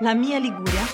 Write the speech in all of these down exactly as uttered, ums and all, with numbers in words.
La mia Liguria.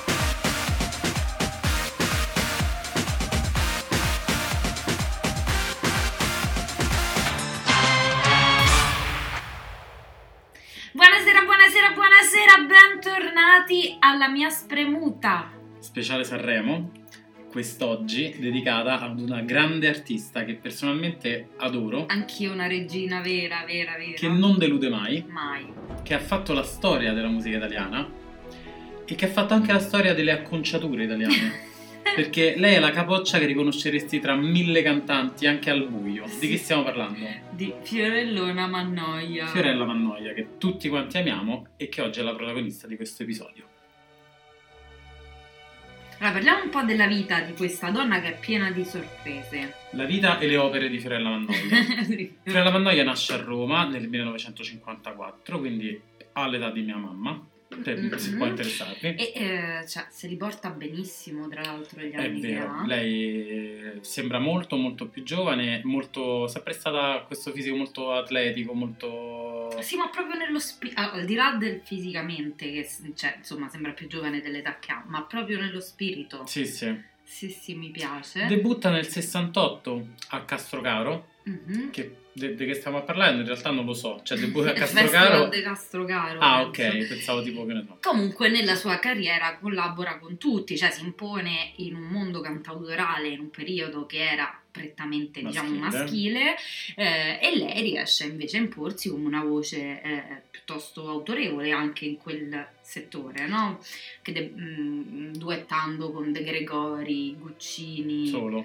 Buonasera, buonasera, buonasera, bentornati alla mia spremuta. Speciale Sanremo, quest'oggi dedicata ad una grande artista che personalmente adoro. Anch'io una regina vera, vera, vera. Che non delude mai. Mai. Che ha fatto la storia della musica italiana e che ha fatto anche la storia delle acconciature italiane. Perché lei è la capoccia che riconosceresti tra mille cantanti anche al buio. Di chi stiamo parlando? Di Fiorellona Mannoia. Fiorella Mannoia, che tutti quanti amiamo e che oggi è la protagonista di questo episodio. Allora, parliamo un po' della vita di questa donna che è piena di sorprese. La vita e le opere di Fiorella Mannoia. Fiorella Mannoia nasce a Roma nel millenovecentocinquantaquattro, quindi all'età di mia mamma, per, mm-hmm. se può interessarvi. E eh, cioè, se li porta benissimo, tra l'altro, gli È anni che vero, ha. lei sembra molto molto più giovane, molto, sempre stata questo fisico molto atletico, molto... Sì, ma proprio nello spirito, al di là del fisicamente, che cioè, insomma sembra più giovane dell'età che ha, ma proprio nello spirito. Sì, sì. Sì, sì, mi piace. Debutta nel sessantotto a Castrocaro, mm-hmm. che di che stiamo parlando in realtà non lo so, cioè debutta a Il Castrocaro. di Castrocaro. Ah, penso. ok, pensavo tipo che ne so. Comunque nella sua carriera collabora con tutti, cioè si impone in un mondo cantautorale in un periodo che era prettamente maschile. diciamo maschile eh, e lei riesce invece a imporsi come una voce eh, piuttosto autorevole anche in quel settore, no? Che de- mh, duettando con De Gregori, Guccini. Solo.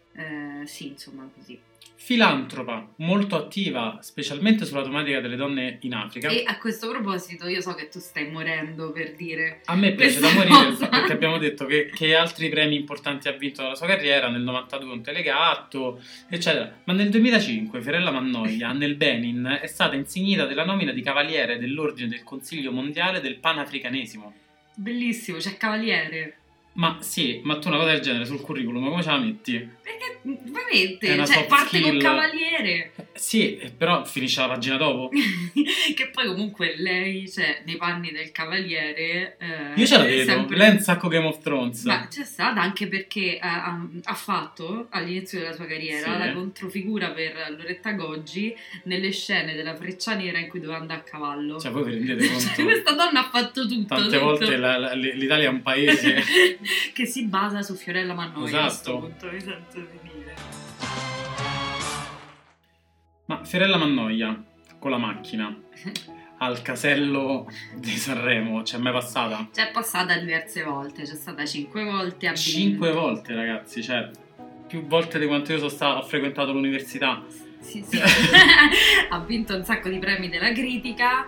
Eh, sì, insomma così. Filantropa, molto attiva, specialmente sulla tematica delle donne in Africa. E a questo proposito io so che tu stai morendo per dire. A me piace da morire cosa. Perché abbiamo detto che, che altri premi importanti ha vinto nella sua carriera, nel novantadue un Telegatto, eccetera. Ma nel duemilacinque Fiorella Mannoia nel Benin è stata insignita della nomina di cavaliere dell'Ordine del Consiglio Mondiale del Panafricanesimo. Bellissimo, c'è Cavaliere. Ma sì, ma tu una cosa del genere sul curriculum, come ce la metti? Perché veramente, È una cioè soft parte skill. con Cavaliere. Sì, però finisce la pagina dopo. Che poi comunque lei, cioè, nei panni del Cavaliere eh, Io ce la è vedo, sempre... lei è un sacco Game of Thrones. Ma c'è stata anche perché eh, ha, ha fatto all'inizio della sua carriera Sì. la controfigura per Loretta Goggi nelle scene della Freccia Nera in cui doveva andare a cavallo. Cioè voi vi rendete conto? Questa donna ha fatto tutto. Tante tutto. volte la, la, l'Italia è un paese che si basa su Fiorella Mannoia. Esatto. A questo punto mi sento di dire. Ma Fiorella Mannoia con la macchina al casello di Sanremo c'è mai passata? C'è passata diverse volte, c'è stata cinque volte. Ha Cinque vinto. volte, ragazzi, cioè più volte di quanto io sono stato, ho frequentato l'università. Sì, sì. Ha vinto un sacco di premi della critica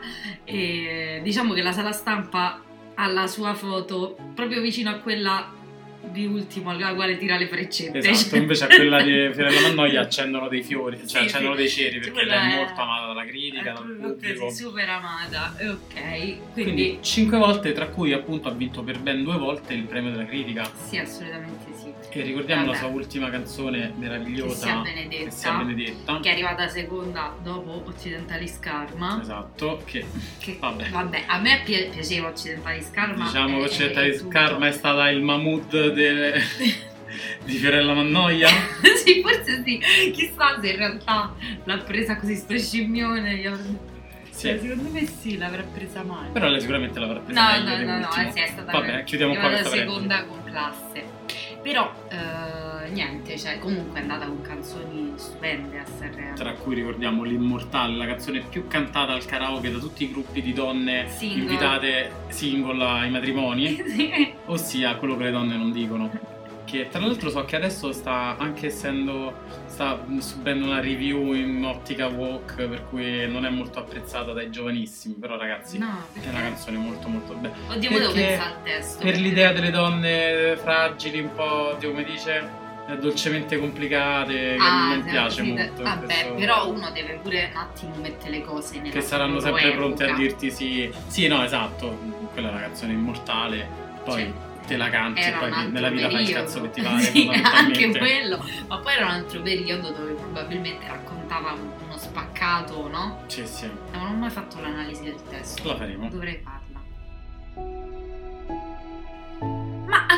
e diciamo che la sala stampa ha la sua foto proprio vicino a quella di Ultimo, alla quale tira le freccette. Esatto, invece a quella di Fiorella Mannoia accendono dei fiori, cioè Sì, accendono sì. dei ceri perché Quella lei è è- molto amata dalla critica, È dal proprio pubblico. così, super amata, ok. Quindi, Quindi cinque volte, tra cui appunto ha vinto per ben due volte il premio della critica. sì, assolutamente sì. E ricordiamo Vabbè. la sua ultima canzone meravigliosa, Che sia Benedetta, Che sia Benedetta. che è arrivata seconda dopo Occidentali Scarma. Esatto, che Che, vabbè. vabbè, a me pi- piaceva Occidentali Scarma. Diciamo che e- Occidentali e tutto. Scarma è stata il Mahmood de- di Fiorella Mannoia. Sì, forse sì. Chissà se in realtà l'ha presa così sto scimmione. Io... Sì. Cioè, secondo me sì, l'avrà presa male. Però lei sicuramente l'avrà presa No, meglio no, no, no, dell'ultimo. eh, sì, è stata Vabbè, chiudiamo qua arrivata questa seconda parentesi. con classe. Però eh, niente, cioè comunque è andata con canzoni stupende a Sanremo. Tra cui ricordiamo l'Immortale, la canzone più cantata al karaoke da tutti i gruppi di donne Single. invitate single ai matrimoni, Sì. ossia quello che le donne non dicono. Che tra l'altro so che adesso sta anche essendo sta subendo una review in ottica walk, per cui non è molto apprezzata dai giovanissimi, però ragazzi No, è perché? una canzone molto molto bella. Oddio, ma devo Perché pensare al testo. per l'idea delle donne fragili, un po' di, come dice, eh, dolcemente complicate, che Ah, non sì, piace sì, molto. Vabbè, questo- però uno deve pure un attimo mettere le cose nella che saranno loro sempre pronte a epoca. dirti sì. Sì, no, esatto, quella è una canzone immortale, poi Cioè, te la canti e era poi un altro nella vita fai il periodo. cazzo che ti pare, Sì, fondamentalmente. anche quello, ma poi era un altro periodo dove probabilmente raccontava un- uno spaccato, no? Sì, sì, Non ho mai fatto l'analisi del testo, la faremo. dovrei farla.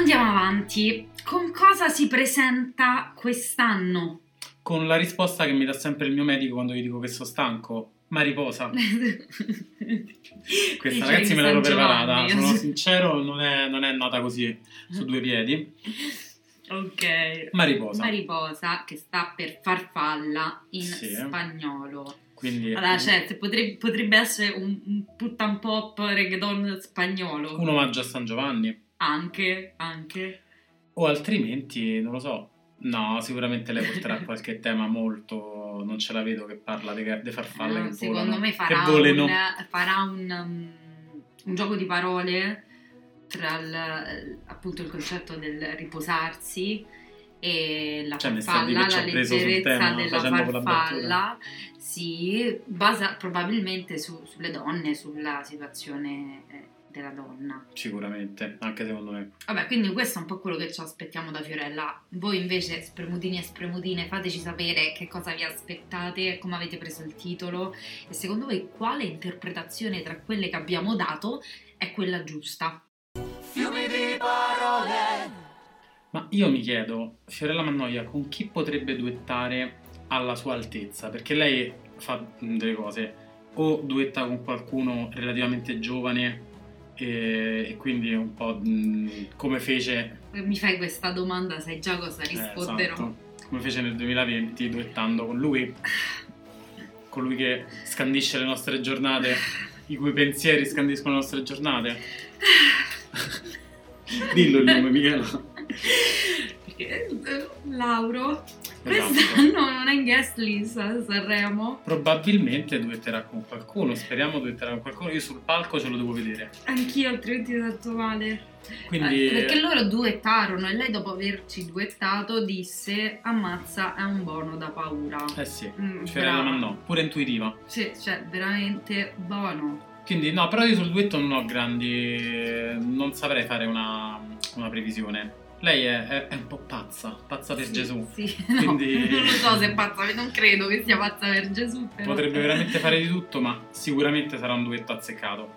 Andiamo avanti. Con cosa si presenta quest'anno? Con la risposta che mi dà sempre il mio medico quando gli dico che sono stanco. Ma riposa. Questa, ragazzi, me l'ero preparata. Sono sincero, non è, non è nata così su due piedi. Ok. Mariposa. Mariposa, che sta per farfalla in sì. spagnolo. Quindi, allora, cioè, potrebbe, potrebbe essere un, un puttan pop reggaeton spagnolo. Un omaggio a San Giovanni. Anche, anche. O altrimenti, non lo so. No, sicuramente lei porterà qualche tema molto... Non ce la vedo che parla di farfalle no, che secondo volano. me farà, che volano. Un, farà un, um, un gioco di parole tra il, appunto il concetto del riposarsi e la cioè, farfalla, la leggerezza della farfalla si basa probabilmente su, sulle donne, sulla situazione eh, della donna. Sicuramente, anche secondo me. Vabbè, quindi questo è un po' quello che ci aspettiamo da Fiorella. Voi invece, spremutini e spremutine, fateci sapere che cosa vi aspettate, come avete preso il titolo e secondo voi quale interpretazione tra quelle che abbiamo dato è quella giusta. Fiumi di parole. Ma io mi chiedo, Fiorella Mannoia con chi potrebbe duettare alla sua altezza? Perché lei fa delle cose, o duetta con qualcuno relativamente giovane e, e quindi un po' mh, come fece... Mi fai questa domanda, sai già cosa risponderò. Eh, esatto. Come fece nel duemilaventi duettando con lui, con lui che scandisce le nostre giornate, i cui pensieri scandiscono le nostre giornate. Dillo il nome, Michela. Lauro, Esatto. quest'anno non è in guest list a Sanremo. Probabilmente duetterà con qualcuno, speriamo duetterà con qualcuno. Io sul palco ce lo devo vedere. Anch'io, altrimenti sento male. Quindi... Eh, perché loro duettarono e lei dopo averci duettato disse ammazza, è un buono da paura. Eh sì, Mm, Fiorella brava. Mannò, pure intuitiva. Sì, cioè veramente buono. Quindi no, però io sul duetto non ho grandi... non saprei fare una, una previsione. Lei è, è, è un po' pazza, pazza per Sì, Gesù. Sì, Quindi- no, non lo so se è pazza, non credo che sia pazza per Gesù. Però. Potrebbe veramente fare di tutto, ma sicuramente sarà un duetto azzeccato.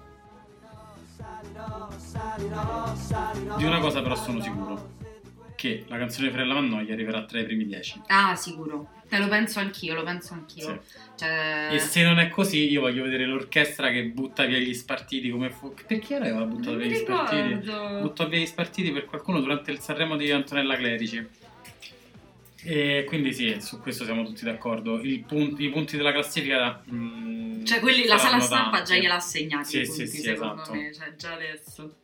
Di una cosa però sono sicuro, che la canzone di Fiorella Mannoia arriverà tra i primi dieci. Ah, sicuro. Te lo penso anch'io, lo penso anch'io. Sì. Cioè... E se non è così, io voglio vedere l'orchestra che butta via gli spartiti come fu... Perché aveva buttato Non via mi gli spartiti? ricordo. Buttò via gli spartiti per qualcuno durante il Sanremo di Antonella Clerici. E quindi sì, su questo siamo tutti d'accordo. Il pun- I punti della classifica... mh, Cioè, quelli, la sala saranno stampa tanti. già gliel'ha assegnati Sì, i sì, punti, sì, secondo esatto. me. Cioè, già adesso.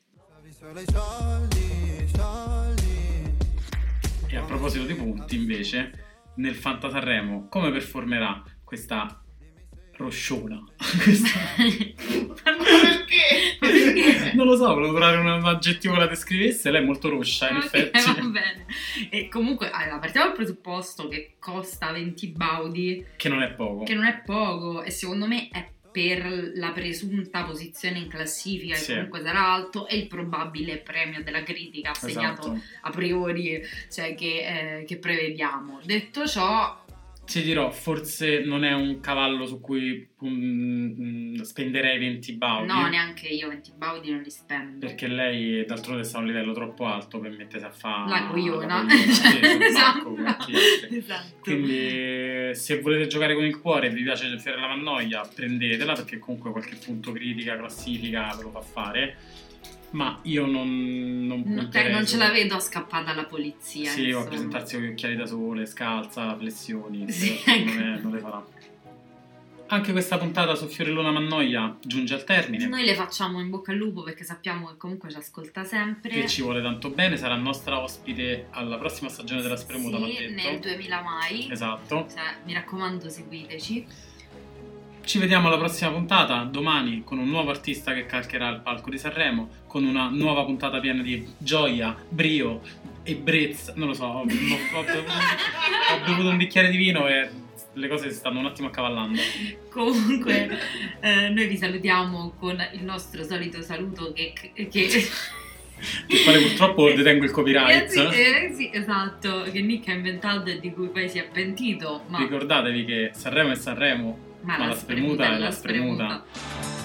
E a proposito di punti, invece, nel Fanta Sanremo, come performerà questa rosciona? questa... Ma perché? Perché? Non lo so, volevo trovare un, un aggettivo che la descrivesse. Lei è molto roscia, in Ok, effetti. va bene. E comunque, allora, partiamo dal presupposto che costa venti baudi, Che non è poco. che non è poco, e secondo me è per la presunta posizione in classifica, Sì. che comunque sarà alto, e il probabile premio della critica assegnato Esatto. a priori, cioè che, eh, che prevediamo. Detto ciò, Ti dirò, forse non è un cavallo su cui mm, mm, spenderei venti baudi. no, neanche io venti baudi non li spendo. Perché lei d'altronde sta a un livello troppo alto per mettersi a fare La cogliona. la cogliona, sì, sul Esatto. palco, come chi altri. Esatto. Quindi se volete giocare con il cuore e vi piace Fiorella Mannoia, prendetela, perché comunque qualche punto critica, classifica ve lo fa fare. Ma io non non, No, punterei eh, non su- ce la vedo scappata alla polizia. Sì, o a insomma. presentarsi con gli occhiali da sole, scalza, flessioni, Sì, però ecco. non, è- non le farà. Anche questa puntata su Fiorellona Mannoia giunge al termine. Noi le facciamo in bocca al lupo perché sappiamo che comunque ci ascolta sempre. Che ci vuole tanto bene, sarà nostra ospite alla prossima stagione della Spremuta, va Sì, detto. nel duemila mai. Esatto. Cioè, mi raccomando, seguiteci. Ci vediamo alla prossima puntata, domani, con un nuovo artista che calcherà il palco di Sanremo, con una nuova puntata piena di gioia, brio, ebbrezza. Non lo so, ho, ho- ho bevuto, ho bevuto un bicchiere di vino e le cose si stanno un attimo accavallando. Comunque, eh, noi vi salutiamo con il nostro solito saluto che... che... Per quale purtroppo detengo il copyright. Eh sì, eh sì, esatto, che Nick ha inventato e di cui poi si è pentito. Ma, Ricordatevi che Sanremo è Sanremo, ma ma la spremuta è la la spremuta. spremuta.